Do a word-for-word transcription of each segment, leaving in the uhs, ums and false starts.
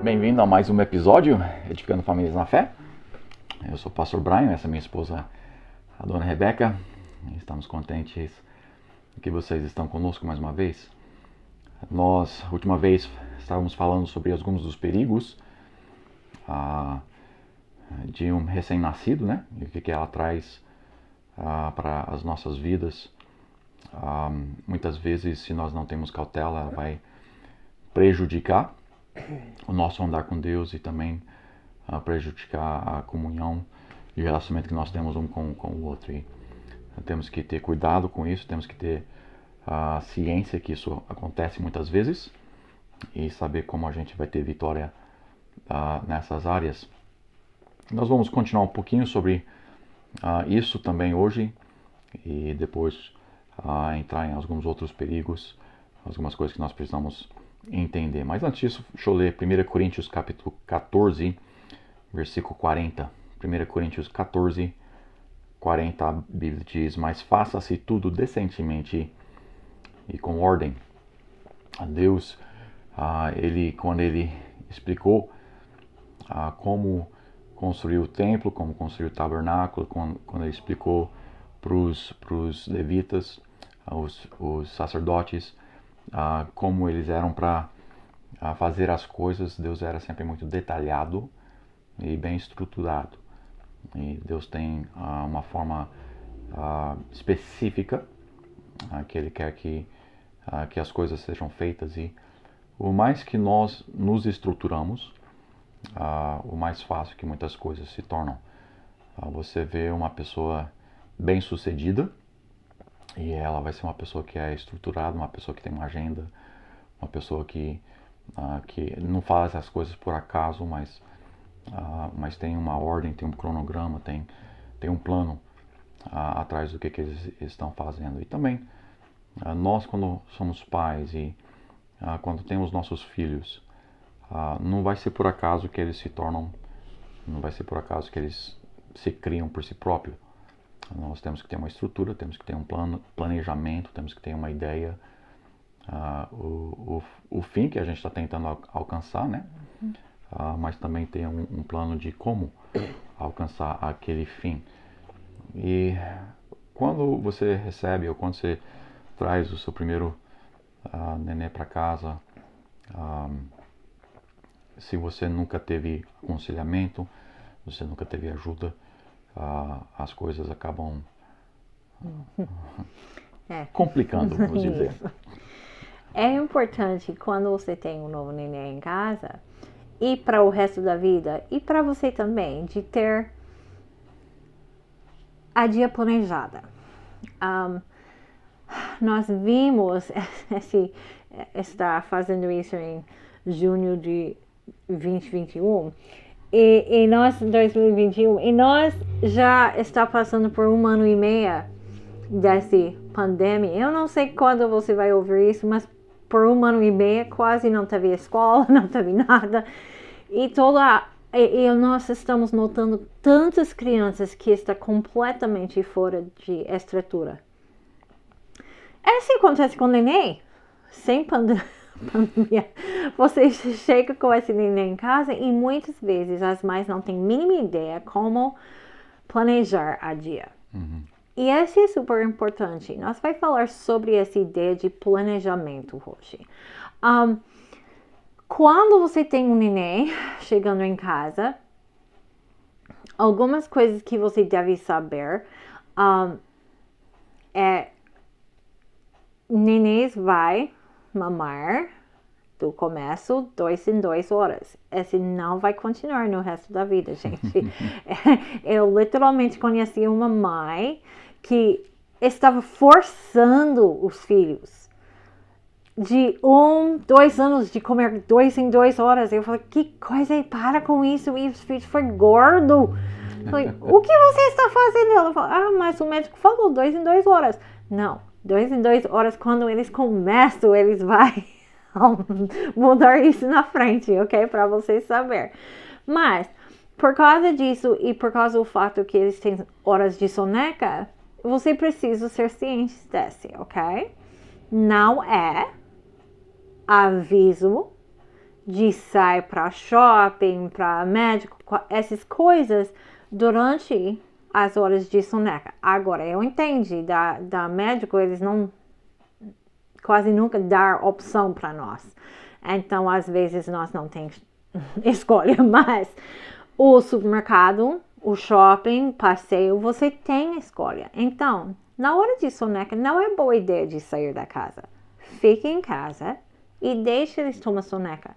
Bem-vindo a mais um episódio Edificando Famílias na Fé. Eu sou o pastor Brian, essa é minha esposa, a dona Rebeca. Estamos contentes que vocês estão conosco mais uma vez. Nós, última vez, estávamos falando sobre alguns dos perigos ah, de um recém-nascido, né? E o que, que ela traz ah, para as nossas vidas. Ah, muitas vezes, se nós não temos cautela, ela vai prejudicar o nosso andar com Deus e também uh, prejudicar a comunhão e o relacionamento que nós temos um com, com o outro. E uh, temos que ter cuidado com isso, temos que ter a uh, ciência que isso acontece muitas vezes e saber como a gente vai ter vitória uh, nessas áreas. Nós vamos continuar um pouquinho sobre uh, isso também hoje e depois uh, entrar em alguns outros perigos, algumas coisas que nós precisamos entender. Mas antes disso, deixa eu ler primeira Coríntios capítulo quatorze, versículo quarenta. primeira Coríntios quatorze, quarenta, a Bíblia diz: mas faça-se tudo decentemente e com ordem. A Deus, ah, ele, quando ele explicou ah, como construir o templo, como construir o tabernáculo, quando, quando ele explicou para os levitas, os, os sacerdotes, Uh, como eles eram para uh, fazer as coisas, Deus era sempre muito detalhado e bem estruturado. E Deus tem uh, uma forma uh, específica uh, que Ele quer que, uh, que as coisas sejam feitas. E o mais que nós nos estruturamos, uh, o mais fácil que muitas coisas se tornam. Uh, você vê uma pessoa bem sucedida, e ela vai ser uma pessoa que é estruturada, uma pessoa que tem uma agenda, uma pessoa que, uh, que não faz as coisas por acaso, mas, uh, mas tem uma ordem, tem um cronograma, tem, tem um plano uh, atrás do que, que eles estão fazendo. E também, uh, nós quando somos pais e uh, quando temos nossos filhos, uh, não vai ser por acaso que eles se tornam, não vai ser por acaso que eles se criam por si próprios. Nós temos que ter uma estrutura, temos que ter um plano, planejamento, temos que ter uma ideia, uh, o, o, o fim que a gente está tentando al- alcançar, né? Uhum. Uh, mas também ter um, um plano de como alcançar aquele fim. E quando você recebe ou quando você traz o seu primeiro uh, nenê para casa, uh, se você nunca teve aconselhamento, você nunca teve ajuda, Uh, as coisas acabam uh, é. complicando, vamos dizer. É importante quando você tem um novo neném em casa e para o resto da vida e para você também de ter a dia planejada. Um, nós vimos esse está fazendo isso em junho de vinte e vinte e um. E, e nós, em dois mil e vinte e um, e nós já está passando por um ano e meio dessa pandemia. Eu não sei quando você vai ouvir isso, mas por um ano e meio quase não teve escola, não teve nada. E toda e, e nós estamos notando tantas crianças que estão completamente fora de estrutura. É assim que acontece com o neném, sem pandemia. Pandemia. Você chega com esse neném em casa e muitas vezes as mães não têm a mínima ideia como planejar a dia. Uhum. E esse é super importante. Nós vamos falar sobre essa ideia de planejamento hoje. Um, quando você tem um neném chegando em casa, algumas coisas que você deve saber um, é nenês vai mamar do começo, dois em duas horas. Esse não vai continuar no resto da vida, gente. Eu literalmente conheci uma mãe que estava forçando os filhos de um, dois anos de comer dois em duas horas. Eu falei, que coisa é? Para com isso. E os filhos foram gordos. Falei, o que você está fazendo? Ela falou, ah, mas o médico falou dois em duas horas. Não. Dois em duas horas, quando eles começam, eles vão mudar isso na frente, ok? Para vocês saberem. Mas, por causa disso e por causa do fato que eles têm horas de soneca, você precisa ser ciente desse, ok? Não é aviso de sair para shopping, para médico, essas coisas durante as horas de soneca. Agora, eu entendi, da, da médico eles não quase nunca dar opção para nós. Então, às vezes, nós não temos escolha, mas o supermercado, o shopping, passeio, você tem escolha. Então, na hora de soneca, não é boa ideia de sair da casa. Fique em casa e deixe eles tomar soneca.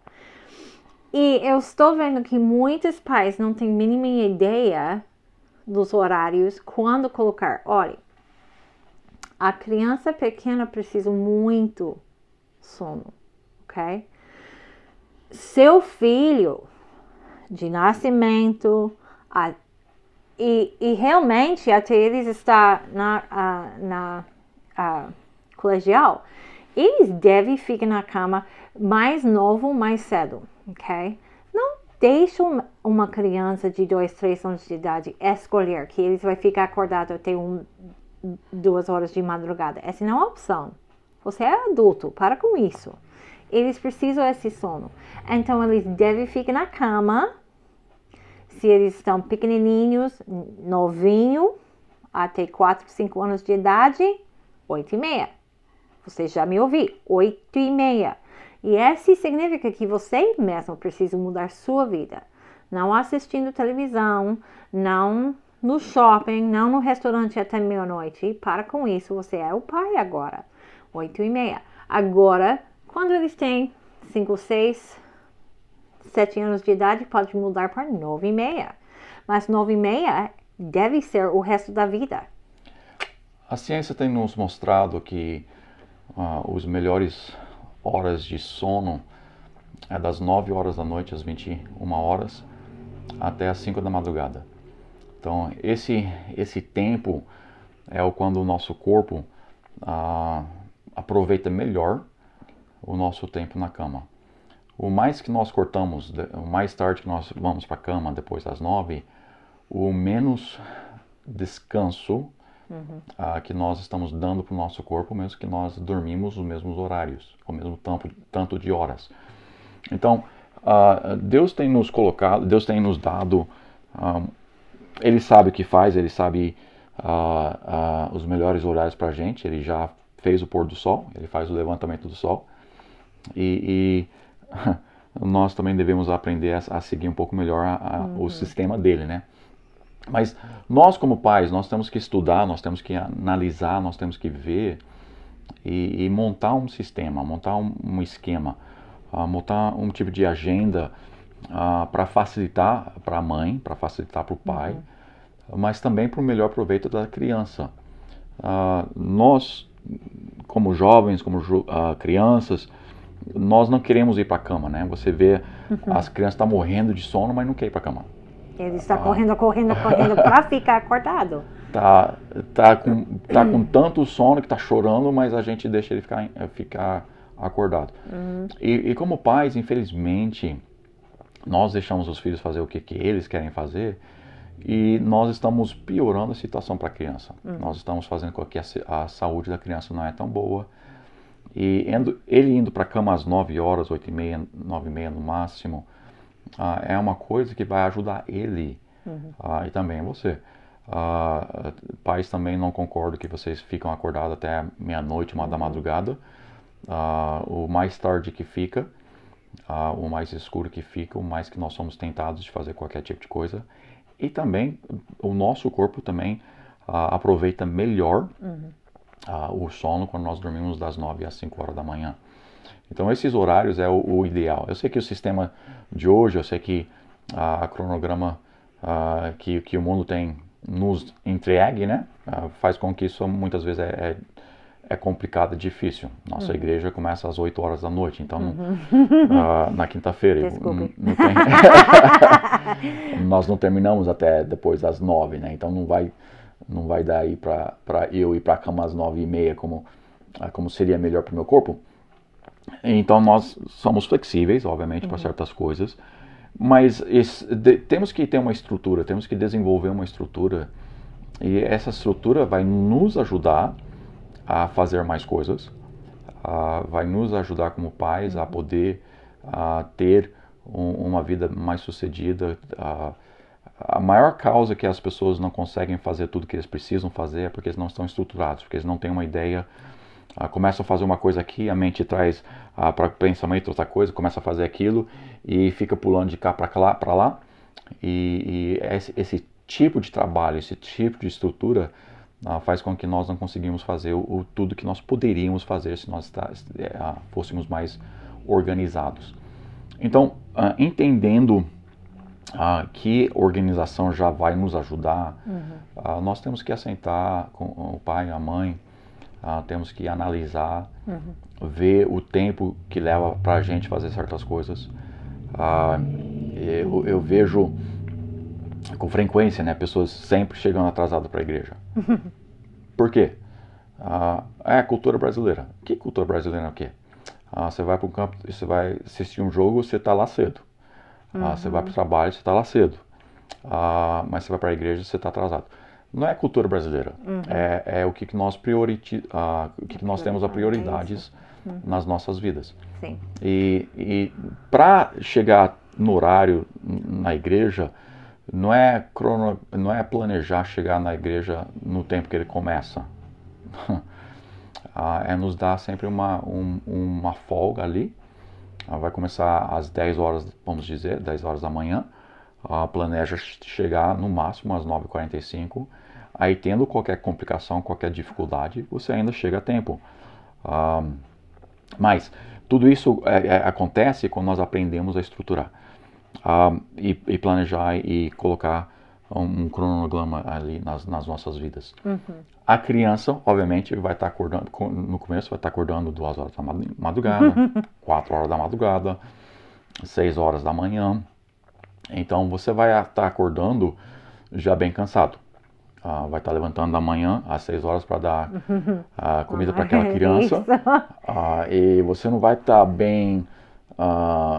E eu estou vendo que muitos pais não têm a mínima ideia dos horários, quando colocar. Olha, a criança pequena precisa muito sono, ok? Seu filho de nascimento a, e, e realmente até eles estar na, a, na a, colegial, eles devem ficar na cama mais novo, mais cedo, ok? Não deixe uma criança de dois, três anos de idade escolher que eles vão ficar acordado até um, duas horas de madrugada. Essa não é opção. Você é adulto, para com isso. Eles precisam desse sono. Então, eles devem ficar na cama. Se eles estão pequenininhos, novinho, até quatro, cinco anos de idade, oito e meia. Você já me ouviu? oito e meia. E isso significa que você mesmo precisa mudar sua vida. Não assistindo televisão, não no shopping, não no restaurante até meia-noite. Para com isso, você é o pai agora. oito e meia. Agora, quando eles têm cinco, seis, sete anos de idade, pode mudar para nove e meia. Mas nove e meia deve ser o resto da vida. A ciência tem nos mostrado que uh, os melhores horas de sono é das nove horas da noite às vinte e uma horas até às cinco da madrugada. Então, esse, esse tempo é o quando o nosso corpo uh, aproveita melhor o nosso tempo na cama. O mais que nós cortamos, o mais tarde que nós vamos para a cama, depois das nove, o menos descanso uhum. uh, que nós estamos dando para o nosso corpo, mesmo que nós dormimos os mesmos horários, o mesmo tanto, tanto de horas. Então, uh, Deus tem nos colocado, Deus tem nos dado, um, Ele sabe o que faz, Ele sabe uh, uh, os melhores horários para a gente, Ele já fez o pôr do sol, Ele faz o levantamento do sol, e, e nós também devemos aprender a, a seguir um pouco melhor a, a, uhum. o sistema dele, né? Mas nós como pais, nós temos que estudar, nós temos que analisar, nós temos que ver e, e montar um sistema, montar um, um esquema, uh, montar um tipo de agenda uh, para facilitar para a mãe, para facilitar para o pai, uhum. mas também para o melhor proveito da criança. Uh, nós, como jovens, como uh, crianças, nós não queremos ir para a cama, né? Você vê, uhum. as crianças estão morrendo de sono, mas não querem ir para a cama. Ele está ah. correndo, correndo, correndo para ficar acordado. Tá, tá, com, tá com tanto sono que tá chorando, mas a gente deixa ele ficar, ficar acordado. Uhum. E, e como pais, infelizmente, nós deixamos os filhos fazer o que, que eles querem fazer e nós estamos piorando a situação para a criança. Uhum. Nós estamos fazendo com que a, a saúde da criança não é tão boa. E indo, ele indo para a cama às nove horas, oito e meia, nove e meia no máximo, uh, é uma coisa que vai ajudar ele uhum. uh, e também você. Uh, pais também não concordam que vocês ficam acordados até meia-noite, uma da madrugada. Uh, o mais tarde que fica, uh, o mais escuro que fica, o mais que nós somos tentados de fazer qualquer tipo de coisa. E também o nosso corpo também uh, aproveita melhor uhum. Uh, o sono quando nós dormimos das nove às cinco horas da manhã. Então esses horários é o, o ideal. Eu sei que o sistema de hoje, eu sei que uh, a cronograma uh, que, que o mundo tem nos entregue, né, uh, faz com que isso muitas vezes é, é, é complicado e difícil. Nossa uhum. igreja começa às oito horas da noite, então uhum. uh, na quinta-feira. Não, não tem... nós não terminamos até depois das nove, né, então não vai... Não vai dar aí para eu ir para a cama às nove e meia como, como seria melhor para o meu corpo. Então nós somos flexíveis, obviamente, uhum. para certas coisas. Mas esse, de, temos que ter uma estrutura, temos que desenvolver uma estrutura. E essa estrutura vai nos ajudar a fazer mais coisas. Uh, vai nos ajudar como pais uhum. a poder a ter um, uma vida mais sucedida. A, a maior causa que as pessoas não conseguem fazer tudo que eles precisam fazer é porque eles não estão estruturados, porque eles não têm uma ideia. Uh, começam a fazer uma coisa aqui, a mente traz uh, para o pensamento outra coisa, começa a fazer aquilo e fica pulando de cá para lá, para lá. E, e esse, esse tipo de trabalho, esse tipo de estrutura uh, faz com que nós não conseguimos fazer o, o, tudo que nós poderíamos fazer se nós tá, uh, fôssemos mais organizados. Então, uh, entendendo uh, que organização já vai nos ajudar, uhum. uh, nós temos que assentar com o pai e a mãe. Uh, temos que analisar, uhum. ver o tempo que leva para a gente fazer certas coisas. Uh, eu, eu vejo com frequência, né, pessoas sempre chegando atrasadas para a igreja. Uhum. Por quê? Uh, é a cultura brasileira. Que cultura brasileira é o quê? Uh, você vai para um campo, você vai assistir um jogo, você está lá cedo. Uh, uhum. Você vai para o trabalho, você está lá cedo. Uh, mas você vai para a igreja, você está atrasado. Não é a cultura brasileira, uhum. é, é o que, que nós prioriti, uh, o que, que nós temos a prioridades é uhum. nas nossas vidas. Sim. E, e para chegar no horário na igreja, não é, crono, não é planejar chegar na igreja no tempo que ele começa. uh, é nos dar sempre uma, um, uma folga ali. Uh, vai começar às dez horas, vamos dizer, dez horas da manhã. Uh, planeja chegar no máximo às nove e quarenta e cinco. Aí, tendo qualquer complicação, qualquer dificuldade, você ainda chega a tempo. Uh, mas tudo isso é, é, acontece quando nós aprendemos a estruturar uh, e, e planejar e colocar um, um cronograma ali nas, nas nossas vidas. Uhum. A criança, obviamente, vai estar acordando, no começo vai estar acordando duas horas da madrugada, quatro horas da madrugada, seis horas da manhã. Então você vai estar acordando já bem cansado. Uh, vai estar levantando da manhã às seis horas para dar uh, comida para aquela criança. Uh, e você não vai estar bem uh,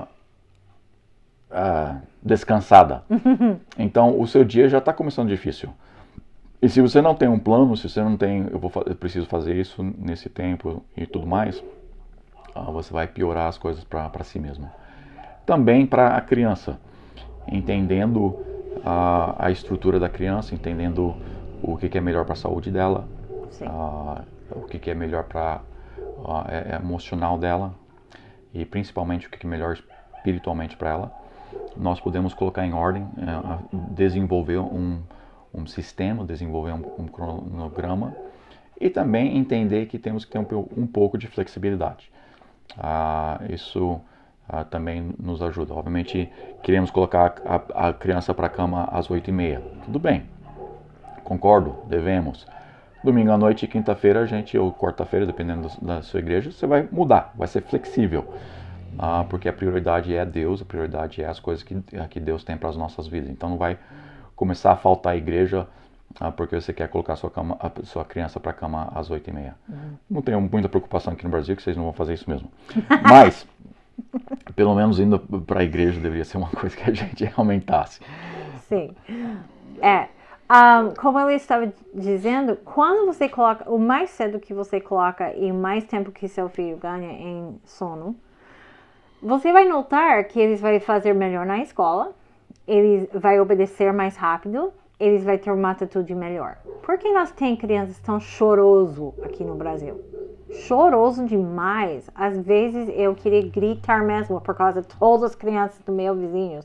uh, descansada. Então o seu dia já está começando difícil. E se você não tem um plano, se você não tem, eu, vou, eu preciso fazer isso nesse tempo e tudo mais, uh, você vai piorar as coisas para si mesmo. Também para a criança. Entendendo a, a estrutura da criança, entendendo o que, que é melhor para a saúde dela, uh, o que, que é melhor para uh, é, é emocional dela e principalmente o que, que é melhor espiritualmente para ela. Nós podemos colocar em ordem, uh, desenvolver um, um sistema, desenvolver um, um cronograma e também entender que temos que ter um, um pouco de flexibilidade. Uh, isso Uh, também nos ajuda. Obviamente, queremos colocar a, a criança para a cama às oito e meia. Tudo bem, concordo, devemos. Domingo à noite e quinta-feira, a gente, ou quarta-feira, dependendo da sua igreja, você vai mudar, vai ser flexível. Uh, porque a prioridade é Deus, a prioridade é as coisas que, que Deus tem para as nossas vidas. Então não vai começar a faltar a igreja uh, porque você quer colocar a sua, cama, a sua criança para a cama às oito e meia. Uhum. Não tenho muita preocupação aqui no Brasil, que vocês não vão fazer isso mesmo. Mas pelo menos indo para a igreja deveria ser uma coisa que a gente aumentasse. Sim. É. Um, como eu estava dizendo, quando você coloca, o mais cedo que você coloca e mais tempo que seu filho ganha em sono, você vai notar que eles vão fazer melhor na escola, eles vão obedecer mais rápido, eles vão ter uma atitude melhor. Por que nós temos crianças tão choroso aqui no Brasil? Choroso demais. Às vezes eu queria gritar mesmo por causa de todas as crianças do meu vizinho.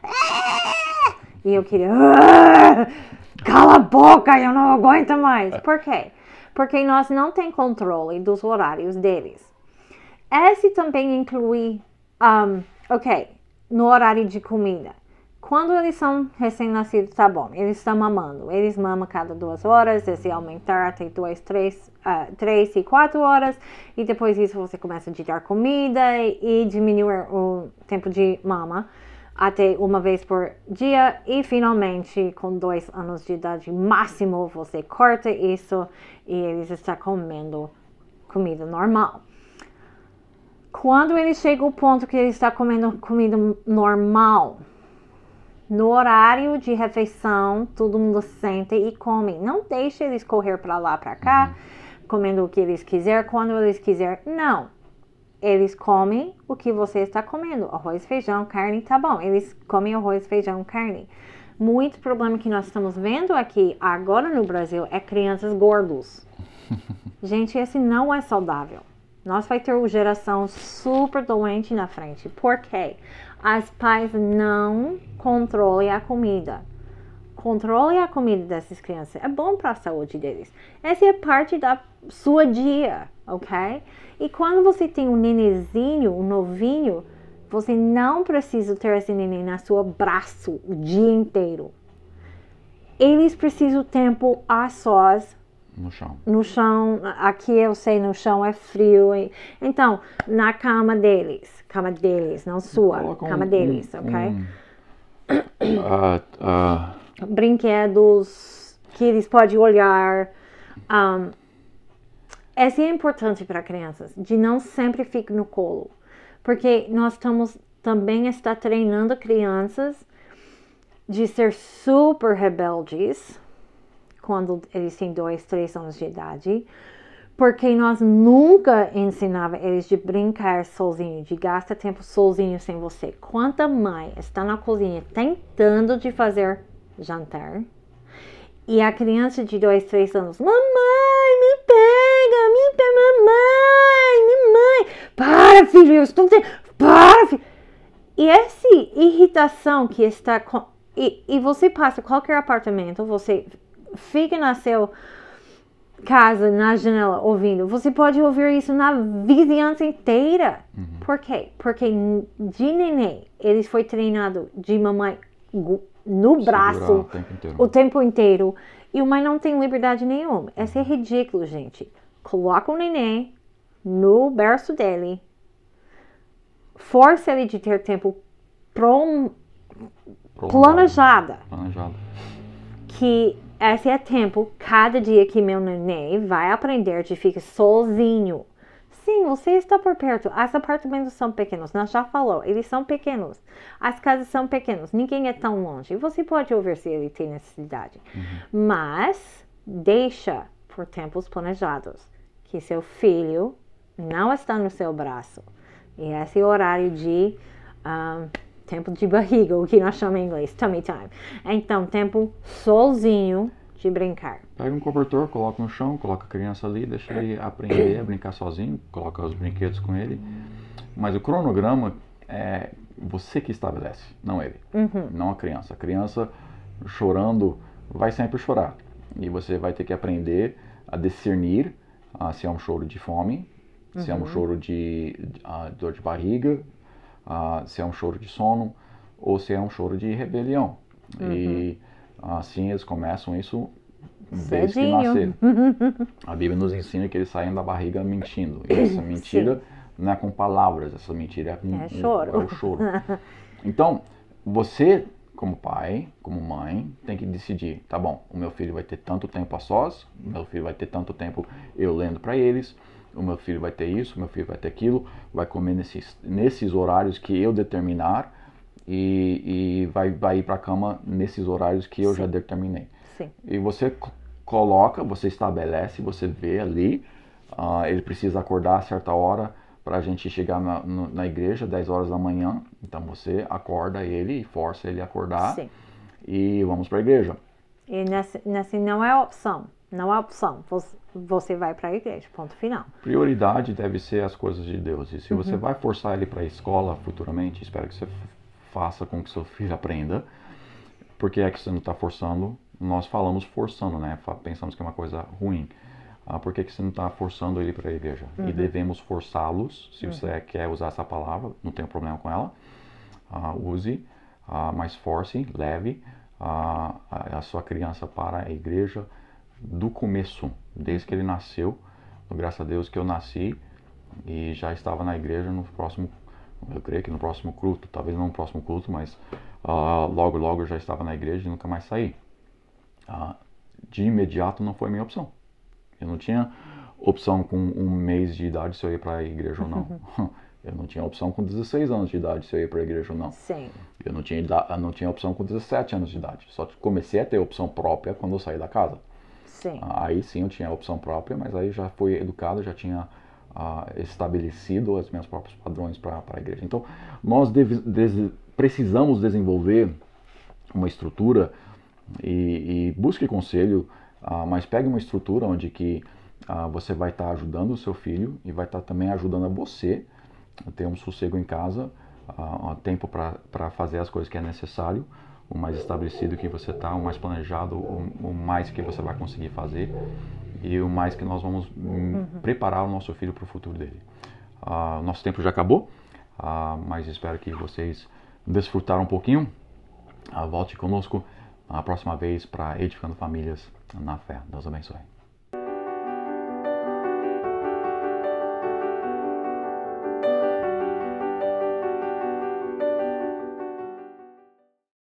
E eu queria... Cala a boca, eu não aguento mais. Por quê? Porque nós não temos controle dos horários deles. Esse também inclui... Um, ok, no horário de comida. Quando eles são recém-nascidos, tá bom, eles estão mamando. Eles mamam cada duas horas, se aumentar até duas, três, uh, três e quatro horas. E depois disso você começa a dar comida e, e diminuir o tempo de mama até uma vez por dia. E finalmente, com dois anos de idade máximo, você corta isso e eles estão comendo comida normal. Quando eles chegam ao ponto que eles estão comendo comida normal, no horário de refeição, todo mundo senta e come. Não deixe eles correr para lá, para cá, comendo o que eles quiserem, quando eles quiserem. Não. eles comem o que você está comendo. Arroz, feijão, carne, tá bom. Eles comem arroz, feijão, carne. Muito problema que nós estamos vendo aqui agora no Brasil é crianças gordos. Gente, esse não é saudável. Nós vai ter uma geração super doente na frente. Por quê? As pais não controlam a comida. Controle a comida dessas crianças. É bom para a saúde deles. Essa é parte da sua dia, ok? E quando você tem um nenenzinho, um novinho, você não precisa ter esse neném na sua braço o dia inteiro. Eles precisam de tempo a sós. No chão. No chão, aqui eu sei, no chão é frio. Então, na cama deles. Cama deles, não sua. Coloca cama um, deles, um, ok? Um, uh, uh, Brinquedos que eles podem olhar. Um, essa é importante para crianças, de não sempre ficar no colo. Porque nós estamos também está treinando crianças de ser super rebeldes quando eles têm dois, três anos de idade. Porque nós nunca ensinava eles de brincar sozinho, de gastar tempo sozinho sem você. Quanta mãe está na cozinha tentando de fazer jantar e a criança de dois, três anos, mamãe, me pega, me pega, mamãe, mamãe, para filho, eu estou te... para filho. E essa irritação que está com... e, e você passa qualquer apartamento, você fica na sua casa, na janela ouvindo, você pode ouvir isso na vizinhança inteira. Uhum. Por quê? Porque de neném eles foi treinado de mamãe no braço o tempo inteiro. o tempo inteiro e o mãe não tem liberdade nenhuma. Isso é ridículo, gente. Coloca o neném no berço dele, força ele de ter tempo prom... planejada. Planejado. Que esse é tempo, cada dia que meu neném vai aprender de ficar sozinho. Sim, você está por perto. Os apartamentos são pequenos. Nós já falou, eles são pequenos. As casas são pequenas. Ninguém é tão longe. Você pode ouvir se ele tem necessidade. Uhum. Mas deixa por tempos planejados que seu filho não está no seu braço. E esse é o horário de um, tempo de barriga, o que nós chamamos em inglês, tummy time. Então, tempo sozinho de brincar. Pega um cobertor, coloca no chão, coloca a criança ali, deixa ele aprender a brincar sozinho, coloca os brinquedos com ele. Mas o cronograma é você que estabelece, não ele, uhum. não a criança. A criança chorando vai sempre chorar. E você vai ter que aprender a discernir uh, se é um choro de fome, uhum. se é um choro de uh, dor de barriga, uh, se é um choro de sono ou se é um choro de rebelião. Uhum. E assim eles começam isso desde Cedinho. que nasceram. A Bíblia nos ensina que eles saem da barriga mentindo. E essa mentira Sim. não é com palavras, essa mentira é com é choro. Um, é o choro. Então, você, como pai, como mãe, tem que decidir, tá bom, o meu filho vai ter tanto tempo a sós, o meu filho vai ter tanto tempo eu lendo para eles, o meu filho vai ter isso, o meu filho vai ter aquilo, vai comer nesses, nesses horários que eu determinar e, e vai, vai ir para a cama nesses horários que eu Sim. já determinei. Sim. E você coloca, você estabelece, você vê ali, uh, ele precisa acordar a certa hora para a gente chegar na, no, na igreja, dez horas da manhã. Então você acorda ele e força ele a acordar Sim. e vamos para a igreja. E nesse, nesse não é opção, não é opção. Você, você vai para a igreja, ponto final. Prioridade deve ser as coisas de Deus. E se uhum. você vai forçar ele para a escola futuramente, espero que você faça com que seu filho aprenda. Por que é que você não está forçando? Nós falamos forçando, né? Pensamos que é uma coisa ruim. Ah, por que, que você não está forçando ele para a igreja? Uhum. E devemos forçá-los, se uhum. você quer usar essa palavra, não tem problema com ela. Ah, use, ah, mas force, leve ah, a, a sua criança para a igreja do começo, desde que ele nasceu. Graças a Deus que eu nasci e já estava na igreja no próximo, eu creio que no próximo culto, talvez não no próximo culto, mas ah, logo, logo eu já estava na igreja e nunca mais saí. Ah, de imediato não foi minha opção. Eu não tinha opção com um mês de idade se eu ia para a igreja ou não. Eu não tinha opção com dezesseis anos de idade se eu ia para a igreja ou não. Sim. Eu não tinha, eu não tinha opção com dezessete anos de idade. Só comecei a ter opção própria quando eu saí da casa. Sim. Aí sim eu tinha opção própria, mas aí já fui educado, já tinha uh, estabelecido, os meus próprios padrões para a igreja. Então, nós deve, des, precisamos desenvolver uma estrutura e, e busque conselho, uh, mas pegue uma estrutura onde que uh, você vai estar tá ajudando o seu filho e vai estar tá também ajudando a você a ter um sossego em casa, uh, um tempo para fazer as coisas que é necessário, o mais estabelecido que você está, o mais planejado, o, o mais que você vai conseguir fazer e o mais que nós vamos uhum. preparar o nosso filho para o futuro dele. Uh, nosso tempo já acabou, uh, mas espero que vocês desfrutaram um pouquinho. Uh, volte conosco a próxima vez para Edificando Famílias na Fé. Deus abençoe.